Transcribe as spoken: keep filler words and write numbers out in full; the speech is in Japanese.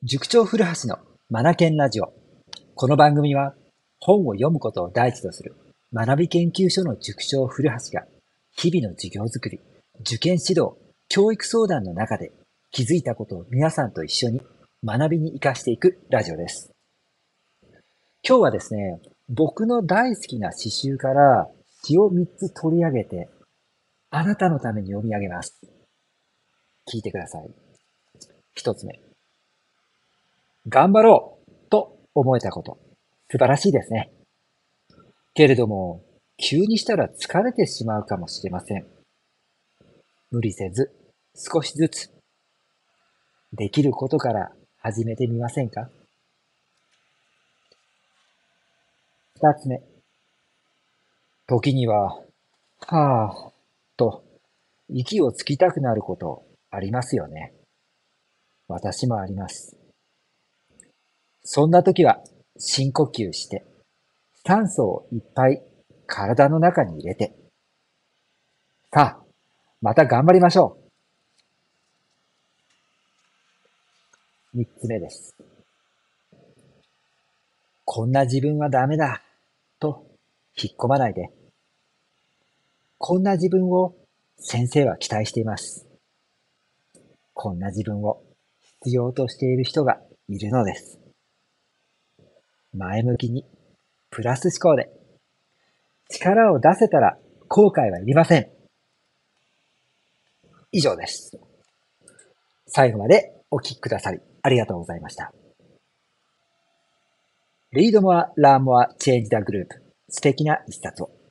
塾長古橋のマナケンラジオ。この番組は本を読むことを第一とする学び研究所の塾長古橋が日々の授業づくり、受験指導、教育相談の中で気づいたことを皆さんと一緒に学びに活かしていくラジオです。今日はですね、僕の大好きな詩集から詩をみっつ取り上げてあなたのために読み上げます。聞いてください。一つ目。頑張ろうと思えたこと。素晴らしいですね。けれども、急にしたら疲れてしまうかもしれません。無理せず、少しずつ、できることから始めてみませんか？二つ目。時には、はぁ、と、息をつきたくなることありますよね。私もあります。そんな時は、深呼吸して、酸素をいっぱい体の中に入れて、さあ、また頑張りましょう。三つ目です。こんな自分はダメだ、と引っ込まないで。こんな自分を先生は期待しています。こんな自分を必要としている人がいるのです。前向きに、プラス思考で、力を出せたら後悔はいりません。以上です。最後までお聞きくださりありがとうございました。Read more, learn more, change the group。素敵な一冊を。